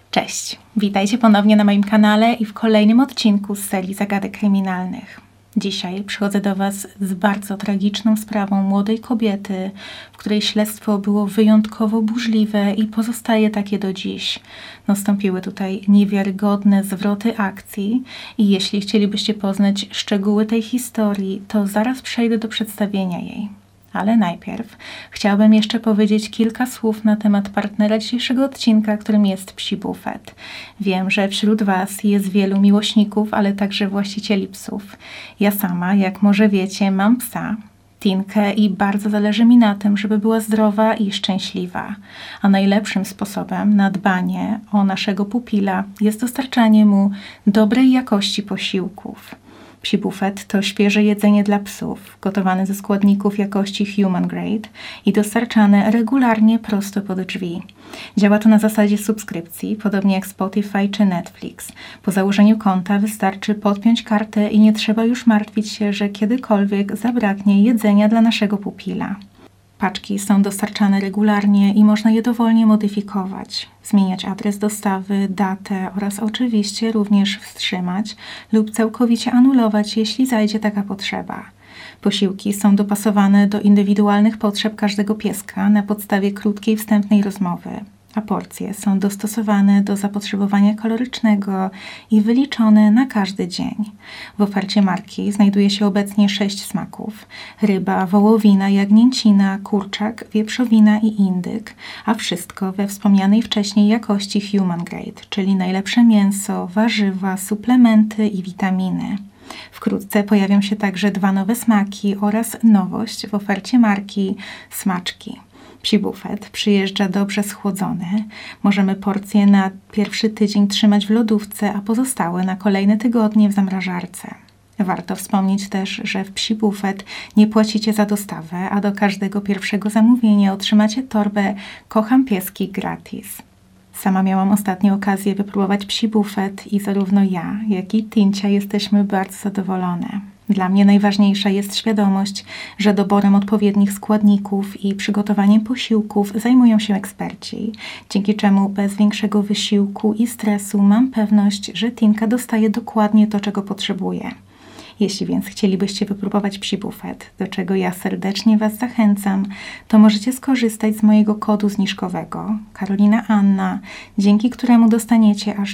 Cześć, witajcie ponownie na moim kanale i w kolejnym odcinku z serii Zagadek Kryminalnych. Dzisiaj przychodzę do Was z bardzo tragiczną sprawą młodej kobiety, w której śledztwo było wyjątkowo burzliwe i pozostaje takie do dziś. Nastąpiły tutaj niewiarygodne zwroty akcji i jeśli chcielibyście poznać szczegóły tej historii, to zaraz przejdę do przedstawienia jej. Ale najpierw chciałabym jeszcze powiedzieć kilka słów na temat partnera dzisiejszego odcinka, którym jest Psi Bufet. Wiem, że wśród Was jest wielu miłośników, ale także właścicieli psów. Ja sama, jak może wiecie, mam psa, Tinkę, i bardzo zależy mi na tym, żeby była zdrowa i szczęśliwa. A najlepszym sposobem na dbanie o naszego pupila jest dostarczanie mu dobrej jakości posiłków. Psi Bufet to świeże jedzenie dla psów, gotowane ze składników jakości human grade i dostarczane regularnie prosto pod drzwi. Działa to na zasadzie subskrypcji, podobnie jak Spotify czy Netflix. Po założeniu konta wystarczy podpiąć kartę i nie trzeba już martwić się, że kiedykolwiek zabraknie jedzenia dla naszego pupila. Paczki są dostarczane regularnie i można je dowolnie modyfikować, zmieniać adres dostawy, datę oraz oczywiście również wstrzymać lub całkowicie anulować, jeśli zajdzie taka potrzeba. Posiłki są dopasowane do indywidualnych potrzeb każdego pieska na podstawie krótkiej wstępnej rozmowy, a porcje są dostosowane do zapotrzebowania kalorycznego i wyliczone na każdy dzień. W ofercie marki znajduje się obecnie 6 smaków: ryba, wołowina, jagnięcina, kurczak, wieprzowina i indyk, a wszystko we wspomnianej wcześniej jakości human grade, czyli najlepsze mięso, warzywa, suplementy i witaminy. Wkrótce pojawią się także 2 nowe smaki oraz nowość w ofercie marki – smaczki. Psi Bufet przyjeżdża dobrze schłodzony. Możemy porcje na pierwszy tydzień trzymać w lodówce, a pozostałe na kolejne tygodnie w zamrażarce. Warto wspomnieć też, że w Psi Bufet nie płacicie za dostawę, a do każdego pierwszego zamówienia otrzymacie torbę Kocham Pieski gratis. Sama miałam ostatnio okazję wypróbować Psi Bufet i zarówno ja, jak i Tincia jesteśmy bardzo zadowolone. Dla mnie najważniejsza jest świadomość, że doborem odpowiednich składników i przygotowaniem posiłków zajmują się eksperci, dzięki czemu bez większego wysiłku i stresu mam pewność, że Tinka dostaje dokładnie to, czego potrzebuje. Jeśli więc chcielibyście wypróbować Psi Bufet, do czego ja serdecznie Was zachęcam, to możecie skorzystać z mojego kodu zniżkowego Karolina Anna, dzięki któremu dostaniecie aż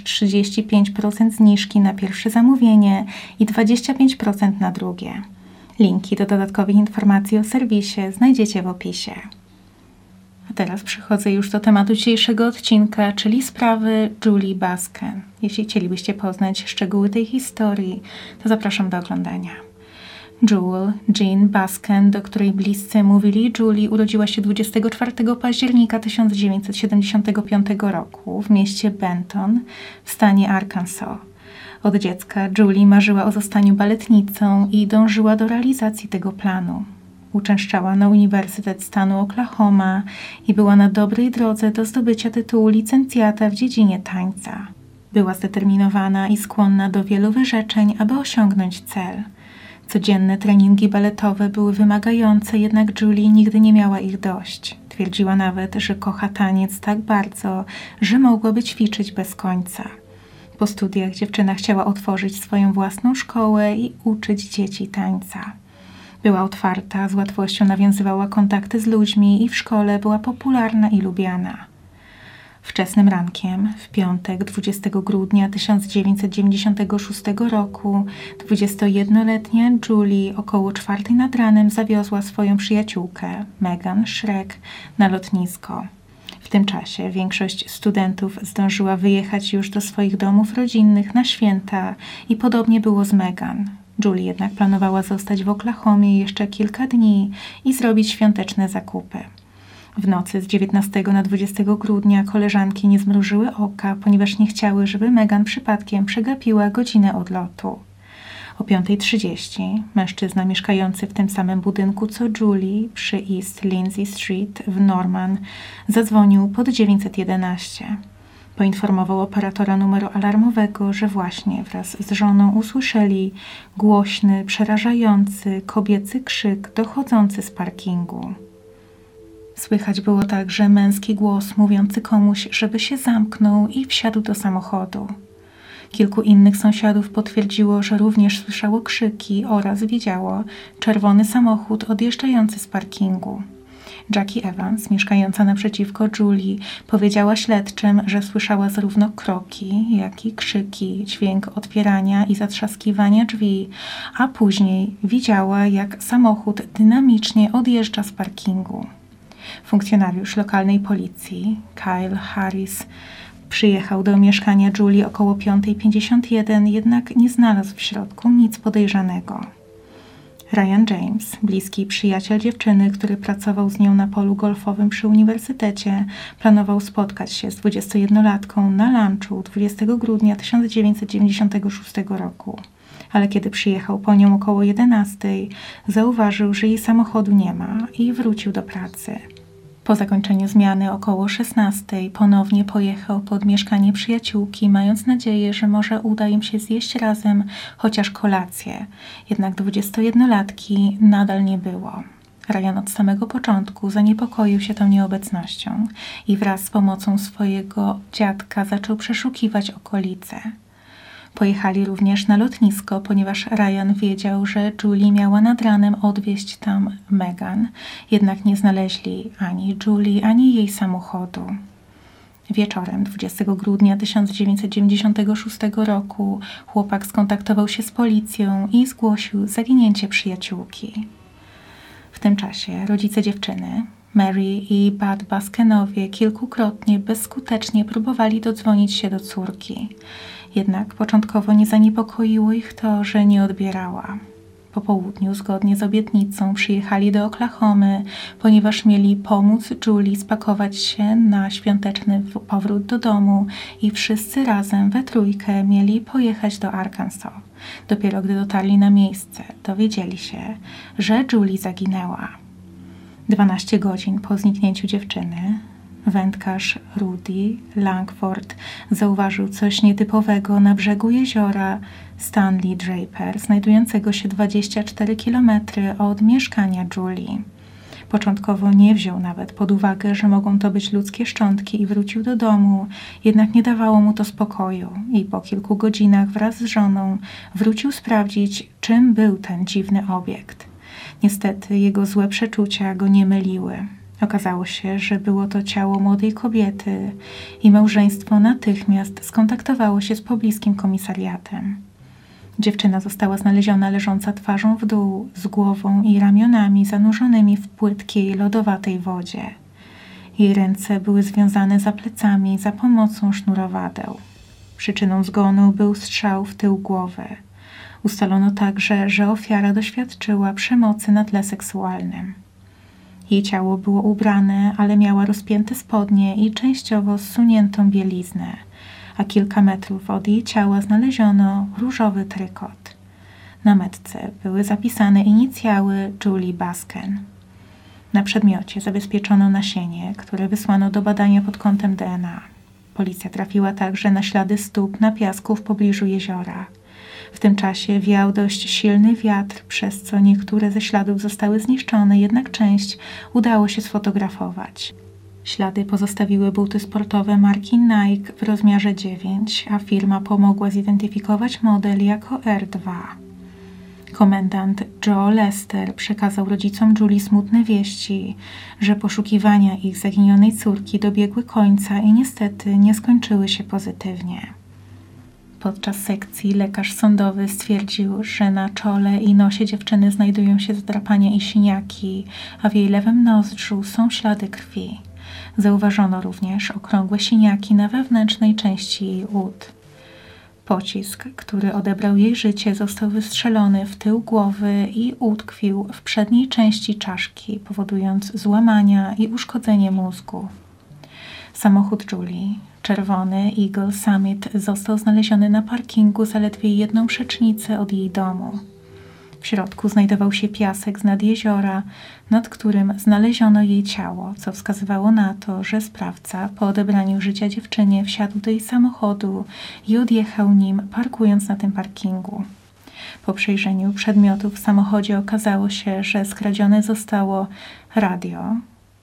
35% zniżki na pierwsze zamówienie i 25% na drugie. Linki do dodatkowych informacji o serwisie znajdziecie w opisie. A teraz przechodzę już do tematu dzisiejszego odcinka, czyli sprawy Julie Basken. Jeśli chcielibyście poznać szczegóły tej historii, to zapraszam do oglądania. Jewel Jean Basken, do której bliscy mówili Julie, urodziła się 24 października 1975 roku w mieście Benton w stanie Arkansas. Od dziecka Julie marzyła o zostaniu baletnicą i dążyła do realizacji tego planu. Uczęszczała na Uniwersytet stanu Oklahoma i była na dobrej drodze do zdobycia tytułu licencjata w dziedzinie tańca. Była zdeterminowana i skłonna do wielu wyrzeczeń, aby osiągnąć cel. Codzienne treningi baletowe były wymagające, jednak Julie nigdy nie miała ich dość. Twierdziła nawet, że kocha taniec tak bardzo, że mogłaby ćwiczyć bez końca. Po studiach dziewczyna chciała otworzyć swoją własną szkołę i uczyć dzieci tańca. Była otwarta, z łatwością nawiązywała kontakty z ludźmi i w szkole była popularna i lubiana. Wczesnym rankiem, w piątek 20 grudnia 1996 roku, 21-letnia Julie około 4 nad ranem zawiozła swoją przyjaciółkę, Megan Schreck, na lotnisko. W tym czasie większość studentów zdążyła wyjechać już do swoich domów rodzinnych na święta i podobnie było z Megan. Julie jednak planowała zostać w Oklahomie jeszcze kilka dni i zrobić świąteczne zakupy. W nocy z 19 na 20 grudnia koleżanki nie zmrużyły oka, ponieważ nie chciały, żeby Megan przypadkiem przegapiła godzinę odlotu. O 5:30 mężczyzna mieszkający w tym samym budynku co Julie przy East Lindsay Street w Norman zadzwonił pod 911. Poinformował operatora numeru alarmowego, że właśnie wraz z żoną usłyszeli głośny, przerażający kobiecy krzyk dochodzący z parkingu. Słychać było także męski głos mówiący komuś, żeby się zamknął i wsiadł do samochodu. Kilku innych sąsiadów potwierdziło, że również słyszało krzyki oraz widziało czerwony samochód odjeżdżający z parkingu. Jackie Evans, mieszkająca naprzeciwko Julie, powiedziała śledczym, że słyszała zarówno kroki, jak i krzyki, dźwięk otwierania i zatrzaskiwania drzwi, a później widziała, jak samochód dynamicznie odjeżdża z parkingu. Funkcjonariusz lokalnej policji, Kyle Harris, przyjechał do mieszkania Julie około 5:51, jednak nie znalazł w środku nic podejrzanego. Ryan James, bliski przyjaciel dziewczyny, który pracował z nią na polu golfowym przy uniwersytecie, planował spotkać się z 21-latką na lunchu 20 grudnia 1996 roku. Ale kiedy przyjechał po nią około 11:00, zauważył, że jej samochodu nie ma i wrócił do pracy. Po zakończeniu zmiany około 16:00 ponownie pojechał pod mieszkanie przyjaciółki, mając nadzieję, że może uda im się zjeść razem chociaż kolację. Jednak 21-latki nadal nie było. Ryan od samego początku zaniepokoił się tą nieobecnością i wraz z pomocą swojego dziadka zaczął przeszukiwać okolice. Pojechali również na lotnisko, ponieważ Ryan wiedział, że Julie miała nad ranem odwieźć tam Megan, jednak nie znaleźli ani Julie, ani jej samochodu. Wieczorem 20 grudnia 1996 roku chłopak skontaktował się z policją i zgłosił zaginięcie przyjaciółki. W tym czasie rodzice dziewczyny, Mary i Bud Baskenowie, kilkukrotnie bezskutecznie próbowali dodzwonić się do córki. Jednak początkowo nie zaniepokoiło ich to, że nie odbierała. Po południu, zgodnie z obietnicą, przyjechali do Oklahomy, ponieważ mieli pomóc Julie spakować się na świąteczny powrót do domu i wszyscy razem we trójkę mieli pojechać do Arkansas. Dopiero gdy dotarli na miejsce, dowiedzieli się, że Julie zaginęła. 12 godzin po zniknięciu dziewczyny, wędkarz Rudy Langford zauważył coś nietypowego na brzegu jeziora Stanley Draper, znajdującego się 24 km od mieszkania Julie. Początkowo nie wziął nawet pod uwagę, że mogą to być ludzkie szczątki i wrócił do domu, jednak nie dawało mu to spokoju i po kilku godzinach wraz z żoną wrócił sprawdzić, czym był ten dziwny obiekt. Niestety jego złe przeczucia go nie myliły. Okazało się, że było to ciało młodej kobiety i małżeństwo natychmiast skontaktowało się z pobliskim komisariatem. Dziewczyna została znaleziona leżąca twarzą w dół, z głową i ramionami zanurzonymi w płytkiej, lodowatej wodzie. Jej ręce były związane za plecami za pomocą sznurowadeł. Przyczyną zgonu był strzał w tył głowy. Ustalono także, że ofiara doświadczyła przemocy na tle seksualnym. Jej ciało było ubrane, ale miała rozpięte spodnie i częściowo zsuniętą bieliznę, a kilka metrów od jej ciała znaleziono różowy trykot. Na metce były zapisane inicjały Julie Basken. Na przedmiocie zabezpieczono nasienie, które wysłano do badania pod kątem DNA. Policja trafiła także na ślady stóp na piasku w pobliżu jeziora. W tym czasie wiał dość silny wiatr, przez co niektóre ze śladów zostały zniszczone, jednak część udało się sfotografować. Ślady pozostawiły buty sportowe marki Nike w rozmiarze 9, a firma pomogła zidentyfikować model jako R2. Komendant Joe Lester przekazał rodzicom Julie smutne wieści, że poszukiwania ich zaginionej córki dobiegły końca i niestety nie skończyły się pozytywnie. Podczas sekcji lekarz sądowy stwierdził, że na czole i nosie dziewczyny znajdują się zdrapania i siniaki, a w jej lewym nozdrzu są ślady krwi. Zauważono również okrągłe siniaki na wewnętrznej części jej ud. Pocisk, który odebrał jej życie, został wystrzelony w tył głowy i utkwił w przedniej części czaszki, powodując złamania i uszkodzenie mózgu. Samochód Julie, czerwony Eagle Summit, został znaleziony na parkingu zaledwie 1 przecznicę od jej domu. W środku znajdował się piasek z nad jeziora, nad którym znaleziono jej ciało, co wskazywało na to, że sprawca po odebraniu życia dziewczynie wsiadł do jej samochodu i odjechał nim, parkując na tym parkingu. Po przejrzeniu przedmiotów w samochodzie okazało się, że skradzione zostało radio,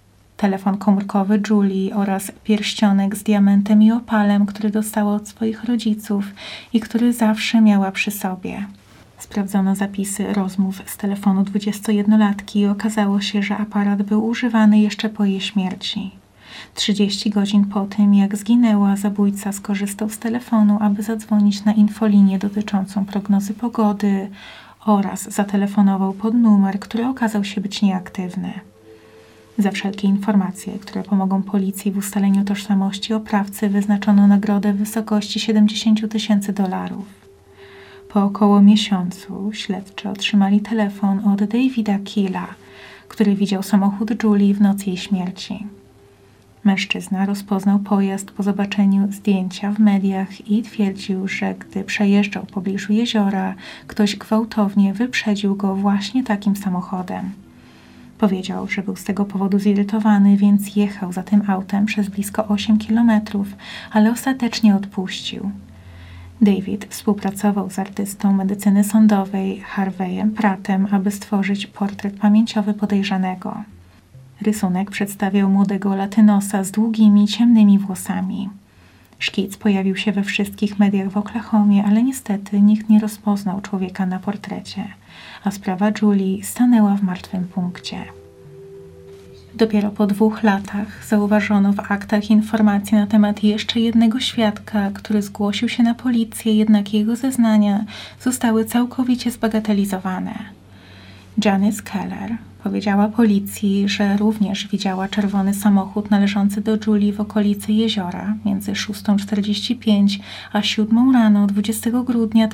telefon komórkowy Julie oraz pierścionek z diamentem i opalem, który dostała od swoich rodziców i który zawsze miała przy sobie. Sprawdzono zapisy rozmów z telefonu 21-latki i okazało się, że aparat był używany jeszcze po jej śmierci. 30 godzin po tym, jak zginęła, zabójca skorzystał z telefonu, aby zadzwonić na infolinię dotyczącą prognozy pogody oraz zatelefonował pod numer, który okazał się być nieaktywny. Za wszelkie informacje, które pomogą policji w ustaleniu tożsamości oprawcy, wyznaczono nagrodę w wysokości $70,000. Po około miesiącu śledczy otrzymali telefon od Davida Killa, który widział samochód Julie w noc jej śmierci. Mężczyzna rozpoznał pojazd po zobaczeniu zdjęcia w mediach i twierdził, że gdy przejeżdżał w pobliżu jeziora, ktoś gwałtownie wyprzedził go właśnie takim samochodem. Powiedział, że był z tego powodu zirytowany, więc jechał za tym autem przez blisko 8 kilometrów, ale ostatecznie odpuścił. David współpracował z artystą medycyny sądowej Harveyem Prattem, aby stworzyć portret pamięciowy podejrzanego. Rysunek przedstawiał młodego latynosa z długimi, ciemnymi włosami. Szkic pojawił się we wszystkich mediach w Oklahomie, ale niestety nikt nie rozpoznał człowieka na portrecie, a sprawa Julie stanęła w martwym punkcie. Dopiero po 2 latach zauważono w aktach informacje na temat jeszcze jednego świadka, który zgłosił się na policję, jednak jego zeznania zostały całkowicie zbagatelizowane. Janice Keller powiedziała policji, że również widziała czerwony samochód należący do Julie w okolicy jeziora między 6:45 a 7 rano 20 grudnia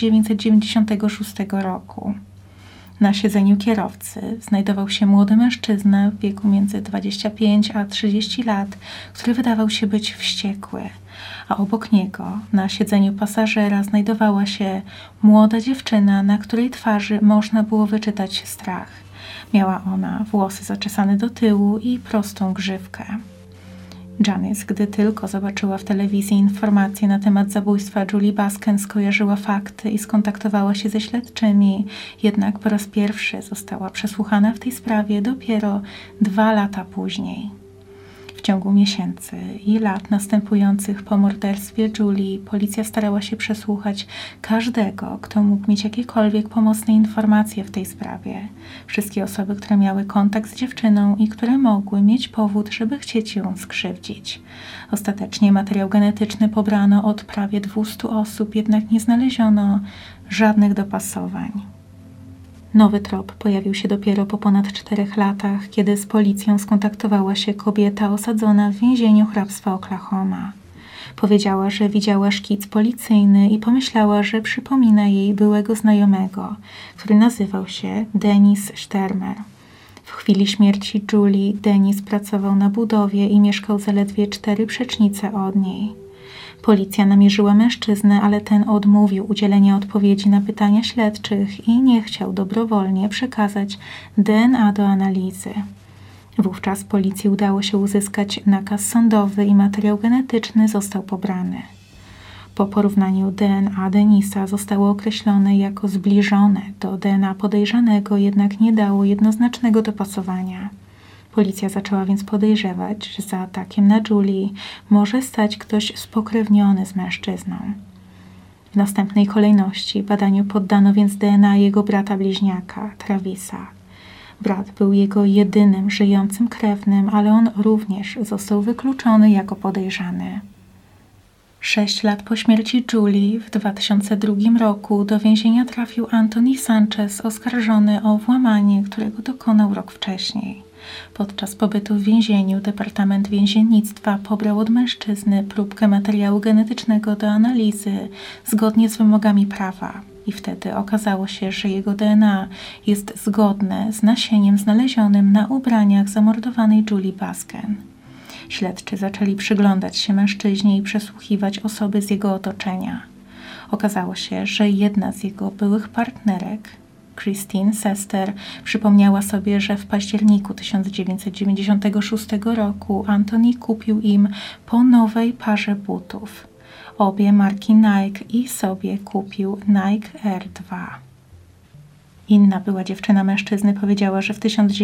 1996 roku. Na siedzeniu kierowcy znajdował się młody mężczyzna w wieku między 25 a 30 lat, który wydawał się być wściekły, a obok niego na siedzeniu pasażera znajdowała się młoda dziewczyna, na której twarzy można było wyczytać strach. Miała ona włosy zaczesane do tyłu i prostą grzywkę. Janice, gdy tylko zobaczyła w telewizji informacje na temat zabójstwa Julie Basken, skojarzyła fakty i skontaktowała się ze śledczymi, jednak po raz pierwszy została przesłuchana w tej sprawie dopiero 2 lata później. W ciągu miesięcy i lat następujących po morderstwie Julie policja starała się przesłuchać każdego, kto mógł mieć jakiekolwiek pomocne informacje w tej sprawie. Wszystkie osoby, które miały kontakt z dziewczyną i które mogły mieć powód, żeby chcieć ją skrzywdzić. Ostatecznie materiał genetyczny pobrano od prawie 200 osób, jednak nie znaleziono żadnych dopasowań. Nowy trop pojawił się dopiero po ponad 4 latach, kiedy z policją skontaktowała się kobieta osadzona w więzieniu hrabstwa Oklahoma. Powiedziała, że widziała szkic policyjny i pomyślała, że przypomina jej byłego znajomego, który nazywał się Dennis Stermer. W chwili śmierci Julie Dennis pracował na budowie i mieszkał zaledwie 4 przecznice od niej. Policja namierzyła mężczyznę, ale ten odmówił udzielenia odpowiedzi na pytania śledczych i nie chciał dobrowolnie przekazać DNA do analizy. Wówczas policji udało się uzyskać nakaz sądowy i materiał genetyczny został pobrany. Po porównaniu DNA Denisa zostało określone jako zbliżone do DNA podejrzanego, jednak nie dało jednoznacznego dopasowania. Policja zaczęła więc podejrzewać, że za atakiem na Julie może stać ktoś spokrewniony z mężczyzną. W następnej kolejności badaniu poddano więc DNA jego brata bliźniaka, Travisa. Brat był jego jedynym żyjącym krewnym, ale on również został wykluczony jako podejrzany. 6 lat po śmierci Julie w 2002 roku do więzienia trafił Anthony Sanchez, oskarżony o włamanie, którego dokonał rok wcześniej. Podczas pobytu w więzieniu Departament Więziennictwa pobrał od mężczyzny próbkę materiału genetycznego do analizy zgodnie z wymogami prawa i wtedy okazało się, że jego DNA jest zgodne z nasieniem znalezionym na ubraniach zamordowanej Julie Basken. Śledczy zaczęli przyglądać się mężczyźnie i przesłuchiwać osoby z jego otoczenia. Okazało się, że jedna z jego byłych partnerek, Christine Sester, przypomniała sobie, że w październiku 1996 roku Anthony kupił im po nowej parze butów, obie marki Nike, i sobie kupił Nike Air 2. Inna była dziewczyna mężczyzny powiedziała, że w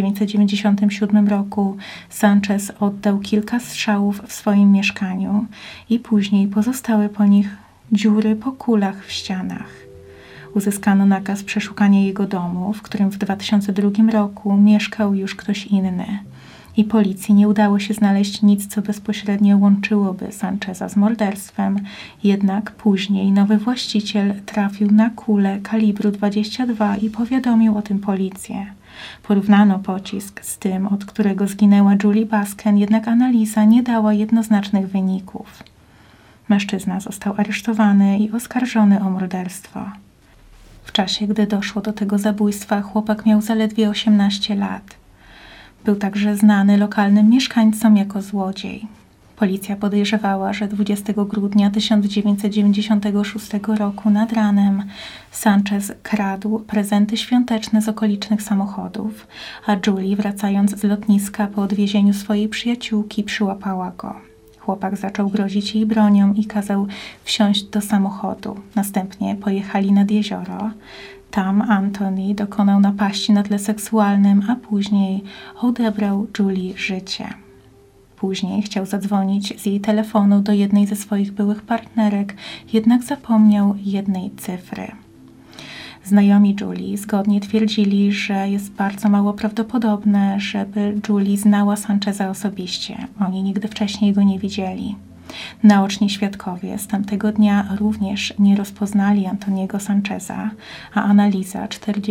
1997 roku Sanchez oddał kilka strzałów w swoim mieszkaniu i później pozostały po nich dziury po kulach w ścianach. Uzyskano nakaz przeszukania jego domu, w którym w 2002 roku mieszkał już ktoś inny. I policji nie udało się znaleźć nic, co bezpośrednio łączyłoby Sancheza z morderstwem, jednak później nowy właściciel trafił na kulę kalibru 22 i powiadomił o tym policję. Porównano pocisk z tym, od którego zginęła Julie Basken, jednak analiza nie dała jednoznacznych wyników. Mężczyzna został aresztowany i oskarżony o morderstwo. W czasie, gdy doszło do tego zabójstwa, chłopak miał zaledwie 18 lat. Był także znany lokalnym mieszkańcom jako złodziej. Policja podejrzewała, że 20 grudnia 1996 roku nad ranem Sanchez kradł prezenty świąteczne z okolicznych samochodów, a Julie, wracając z lotniska po odwiezieniu swojej przyjaciółki, przyłapała go. Chłopak zaczął grozić jej bronią i kazał wsiąść do samochodu. Następnie pojechali nad jezioro. Tam Anthony dokonał napaści na tle seksualnym, a później odebrał Julie życie. Później chciał zadzwonić z jej telefonu do jednej ze swoich byłych partnerek, jednak zapomniał jednej cyfry. Znajomi Julie zgodnie twierdzili, że jest bardzo mało prawdopodobne, żeby Julie znała Sancheza osobiście. Oni nigdy wcześniej go nie widzieli. Naoczni świadkowie z tamtego dnia również nie rozpoznali Antoniego Sancheza, a analiza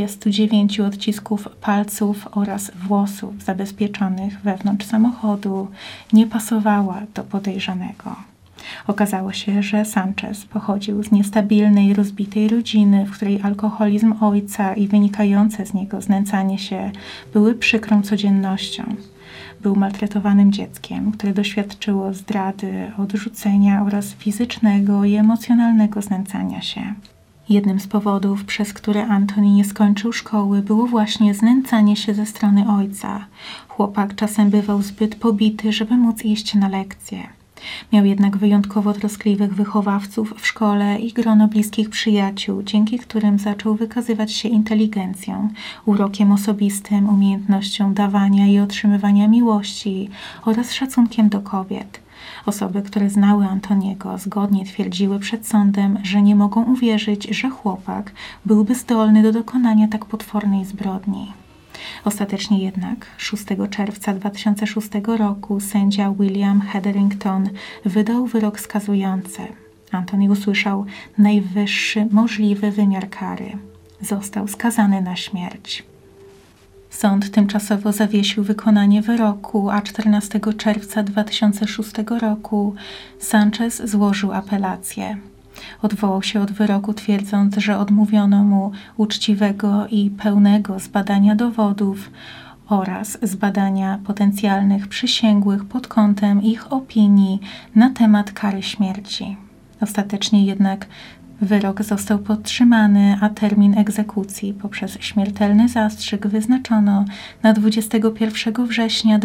49 odcisków palców oraz włosów zabezpieczonych wewnątrz samochodu nie pasowała do podejrzanego. Okazało się, że Sanchez pochodził z niestabilnej, rozbitej rodziny, w której alkoholizm ojca i wynikające z niego znęcanie się były przykrą codziennością. Był maltretowanym dzieckiem, które doświadczyło zdrady, odrzucenia oraz fizycznego i emocjonalnego znęcania się. Jednym z powodów, przez które Anthony nie skończył szkoły, było właśnie znęcanie się ze strony ojca. Chłopak czasem bywał zbyt pobity, żeby móc iść na lekcje. Miał jednak wyjątkowo troskliwych wychowawców w szkole i grono bliskich przyjaciół, dzięki którym zaczął wykazywać się inteligencją, urokiem osobistym, umiejętnością dawania i otrzymywania miłości oraz szacunkiem do kobiet. Osoby, które znały Antoniego, zgodnie twierdziły przed sądem, że nie mogą uwierzyć, że chłopak byłby zdolny do dokonania tak potwornej zbrodni. Ostatecznie jednak 6 czerwca 2006 roku sędzia William Hetherington wydał wyrok skazujący. Antony usłyszał najwyższy możliwy wymiar kary. Został skazany na śmierć. Sąd tymczasowo zawiesił wykonanie wyroku, a 14 czerwca 2006 roku Sanchez złożył apelację. Odwołał się od wyroku, twierdząc, że odmówiono mu uczciwego i pełnego zbadania dowodów oraz zbadania potencjalnych przysięgłych pod kątem ich opinii na temat kary śmierci. Ostatecznie jednak wyrok został podtrzymany, a termin egzekucji poprzez śmiertelny zastrzyk wyznaczono na 21 września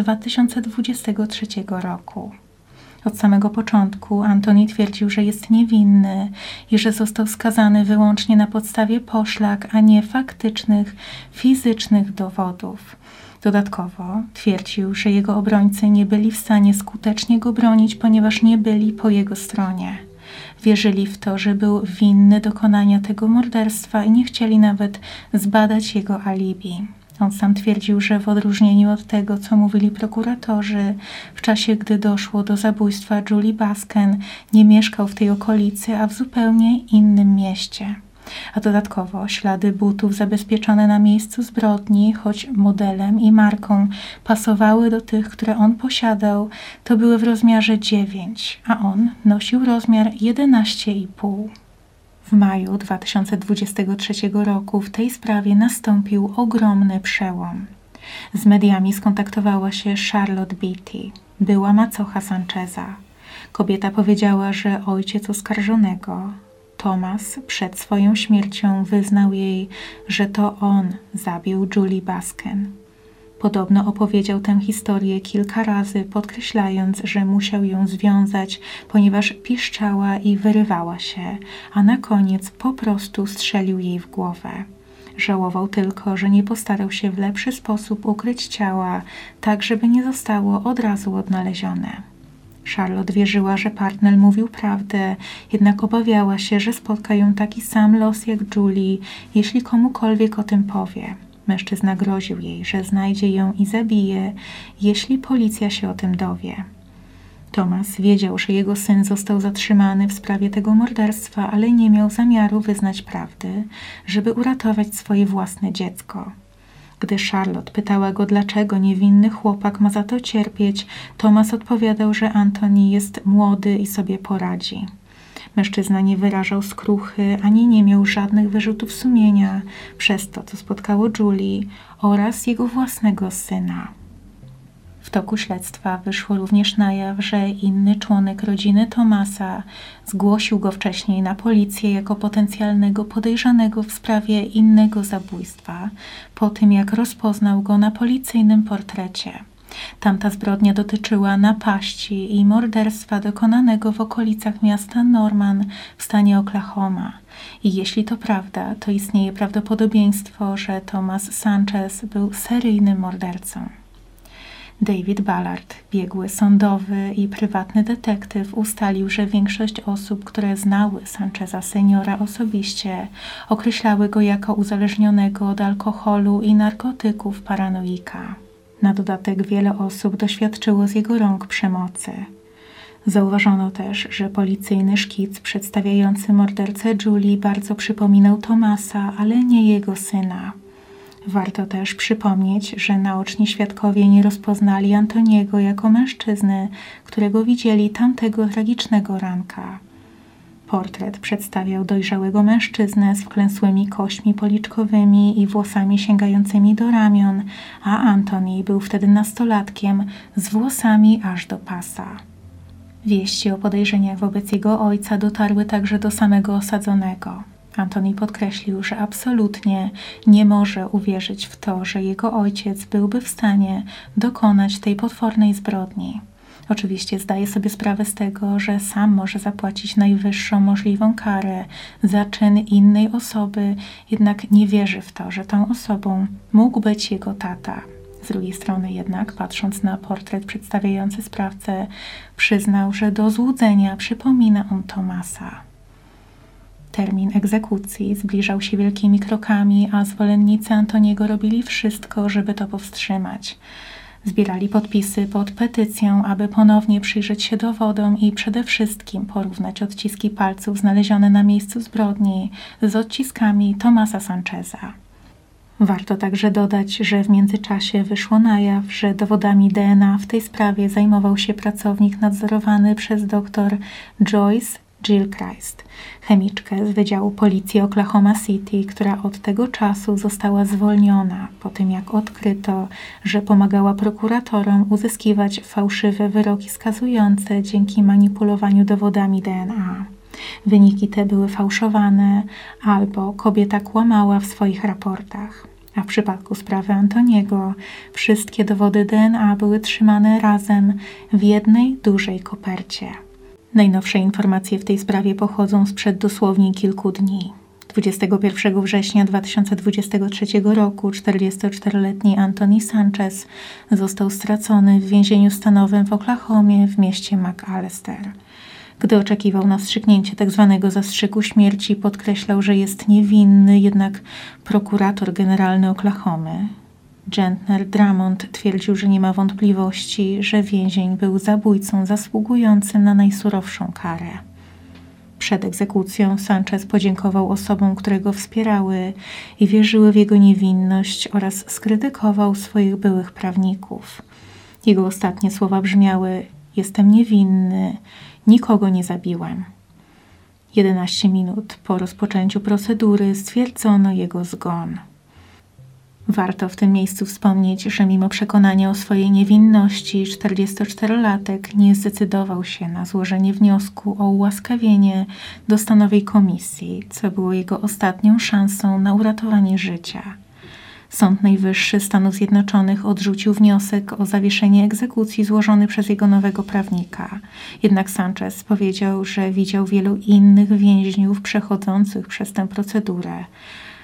2023 roku. Od samego początku Antony twierdził, że jest niewinny i że został skazany wyłącznie na podstawie poszlak, a nie faktycznych, fizycznych dowodów. Dodatkowo twierdził, że jego obrońcy nie byli w stanie skutecznie go bronić, ponieważ nie byli po jego stronie. Wierzyli w to, że był winny dokonania tego morderstwa i nie chcieli nawet zbadać jego alibi. On sam twierdził, że w odróżnieniu od tego, co mówili prokuratorzy, w czasie, gdy doszło do zabójstwa Julie Basken, nie mieszkał w tej okolicy, a w zupełnie innym mieście. A dodatkowo ślady butów zabezpieczone na miejscu zbrodni, choć modelem i marką pasowały do tych, które on posiadał, to były w rozmiarze 9, a on nosił rozmiar 11,5. W maju 2023 roku w tej sprawie nastąpił ogromny przełom. Z mediami skontaktowała się Charlotte Beatty, była macocha Sancheza. Kobieta powiedziała, że ojciec oskarżonego, Thomas, przed swoją śmiercią wyznał jej, że to on zabił Julie Basken. Podobno opowiedział tę historię kilka razy, podkreślając, że musiał ją związać, ponieważ piszczała i wyrywała się, a na koniec po prostu strzelił jej w głowę. Żałował tylko, że nie postarał się w lepszy sposób ukryć ciała, tak żeby nie zostało od razu odnalezione. Charlotte wierzyła, że Parnell mówił prawdę, jednak obawiała się, że spotka ją taki sam los jak Julie, jeśli komukolwiek o tym powie. Mężczyzna groził jej, że znajdzie ją i zabije, jeśli policja się o tym dowie. Thomas wiedział, że jego syn został zatrzymany w sprawie tego morderstwa, ale nie miał zamiaru wyznać prawdy, żeby uratować swoje własne dziecko. Gdy Charlotte pytała go, dlaczego niewinny chłopak ma za to cierpieć, Thomas odpowiadał, że Anthony jest młody i sobie poradzi. Mężczyzna nie wyrażał skruchy, ani nie miał żadnych wyrzutów sumienia przez to, co spotkało Julie oraz jego własnego syna. W toku śledztwa wyszło również na jaw, że inny członek rodziny Thomasa zgłosił go wcześniej na policję jako potencjalnego podejrzanego w sprawie innego zabójstwa, po tym jak rozpoznał go na policyjnym portrecie. Tamta zbrodnia dotyczyła napaści i morderstwa dokonanego w okolicach miasta Norman w stanie Oklahoma. I jeśli to prawda, to istnieje prawdopodobieństwo, że Thomas Sanchez był seryjnym mordercą. David Ballard, biegły sądowy i prywatny detektyw, ustalił, że większość osób, które znały Sancheza seniora osobiście, określały go jako uzależnionego od alkoholu i narkotyków paranoika. Na dodatek wiele osób doświadczyło z jego rąk przemocy. Zauważono też, że policyjny szkic przedstawiający mordercę Julie bardzo przypominał Thomasa, ale nie jego syna. Warto też przypomnieć, że naoczni świadkowie nie rozpoznali Antoniego jako mężczyzny, którego widzieli tamtego tragicznego ranka. Portret przedstawiał dojrzałego mężczyznę z wklęsłymi kośćmi policzkowymi i włosami sięgającymi do ramion, a Anthony był wtedy nastolatkiem z włosami aż do pasa. Wieści o podejrzeniach wobec jego ojca dotarły także do samego osadzonego. Anthony podkreślił, że absolutnie nie może uwierzyć w to, że jego ojciec byłby w stanie dokonać tej potwornej zbrodni. Oczywiście zdaje sobie sprawę z tego, że sam może zapłacić najwyższą możliwą karę za czyn innej osoby, jednak nie wierzy w to, że tą osobą mógł być jego tata. Z drugiej strony jednak, patrząc na portret przedstawiający sprawcę, przyznał, że do złudzenia przypomina on Thomasa. Termin egzekucji zbliżał się wielkimi krokami, a zwolennicy Antoniego robili wszystko, żeby to powstrzymać. Zbierali podpisy pod petycją, aby ponownie przyjrzeć się dowodom i przede wszystkim porównać odciski palców znalezione na miejscu zbrodni z odciskami Thomasa Sancheza. Warto także dodać, że w międzyczasie wyszło na jaw, że dowodami DNA w tej sprawie zajmował się pracownik nadzorowany przez dr Joyce Gilchrist, chemiczkę z Wydziału Policji Oklahoma City, która od tego czasu została zwolniona po tym, jak odkryto, że pomagała prokuratorom uzyskiwać fałszywe wyroki skazujące dzięki manipulowaniu dowodami DNA. Wyniki te były fałszowane albo kobieta kłamała w swoich raportach. A w przypadku sprawy Antoniego wszystkie dowody DNA były trzymane razem w jednej dużej kopercie. Najnowsze informacje w tej sprawie pochodzą sprzed dosłownie kilku dni. 21 września 2023 roku 44-letni Anthony Sanchez został stracony w więzieniu stanowym w Oklahomie w mieście McAlester. Gdy oczekiwał na wstrzyknięcie tzw. zastrzyku śmierci, podkreślał, że jest niewinny, jednak prokurator generalny Oklahomy, Gentner Drummond, twierdził, że nie ma wątpliwości, że więzień był zabójcą zasługującym na najsurowszą karę. Przed egzekucją Sanchez podziękował osobom, które go wspierały i wierzyły w jego niewinność oraz skrytykował swoich byłych prawników. Jego ostatnie słowa brzmiały: „Jestem niewinny, nikogo nie zabiłem”. 11 minut po rozpoczęciu procedury stwierdzono jego zgon. Warto w tym miejscu wspomnieć, że mimo przekonania o swojej niewinności 44-latek nie zdecydował się na złożenie wniosku o ułaskawienie do stanowej komisji, co było jego ostatnią szansą na uratowanie życia. Sąd Najwyższy Stanów Zjednoczonych odrzucił wniosek o zawieszenie egzekucji złożony przez jego nowego prawnika. Jednak Sanchez powiedział, że widział wielu innych więźniów przechodzących przez tę procedurę.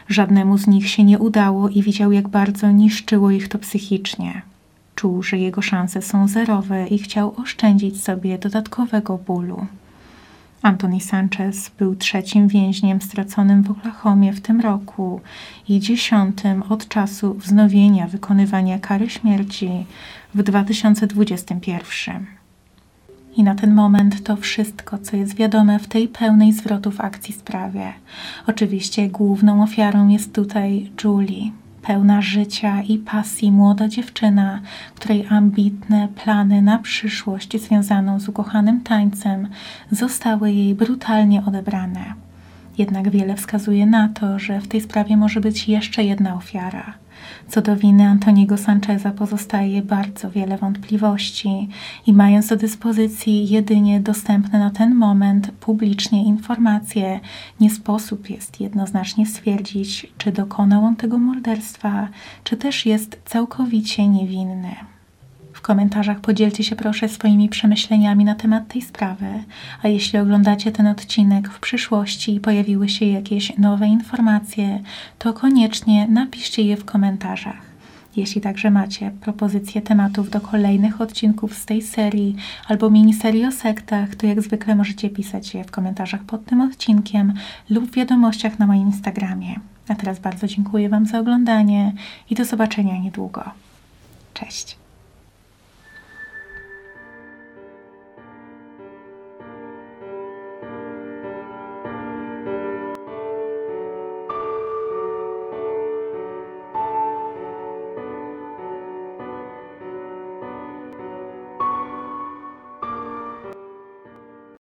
Żadnemu z nich się nie udało i widział, jak bardzo niszczyło ich to psychicznie. Czuł, że jego szanse są zerowe i chciał oszczędzić sobie dodatkowego bólu. Anthony Sanchez był 3. więźniem straconym w Oklahomie w tym roku i 10. od czasu wznowienia wykonywania kary śmierci w 2021. I na ten moment to wszystko, co jest wiadome w tej pełnej zwrotów akcji sprawie. Oczywiście główną ofiarą jest tutaj Julie, pełna życia i pasji młoda dziewczyna, której ambitne plany na przyszłość związaną z ukochanym tańcem zostały jej brutalnie odebrane. Jednak wiele wskazuje na to, że w tej sprawie może być jeszcze jedna ofiara. Co do winy Antoniego Sancheza pozostaje bardzo wiele wątpliwości i mając do dyspozycji jedynie dostępne na ten moment publicznie informacje, nie sposób jest jednoznacznie stwierdzić, czy dokonał on tego morderstwa, czy też jest całkowicie niewinny. W komentarzach podzielcie się proszę swoimi przemyśleniami na temat tej sprawy, a jeśli oglądacie ten odcinek w przyszłości i pojawiły się jakieś nowe informacje, to koniecznie napiszcie je w komentarzach. Jeśli także macie propozycje tematów do kolejnych odcinków z tej serii albo miniserii o sektach, to jak zwykle możecie pisać je w komentarzach pod tym odcinkiem lub w wiadomościach na moim Instagramie. A teraz bardzo dziękuję Wam za oglądanie i do zobaczenia niedługo. Cześć!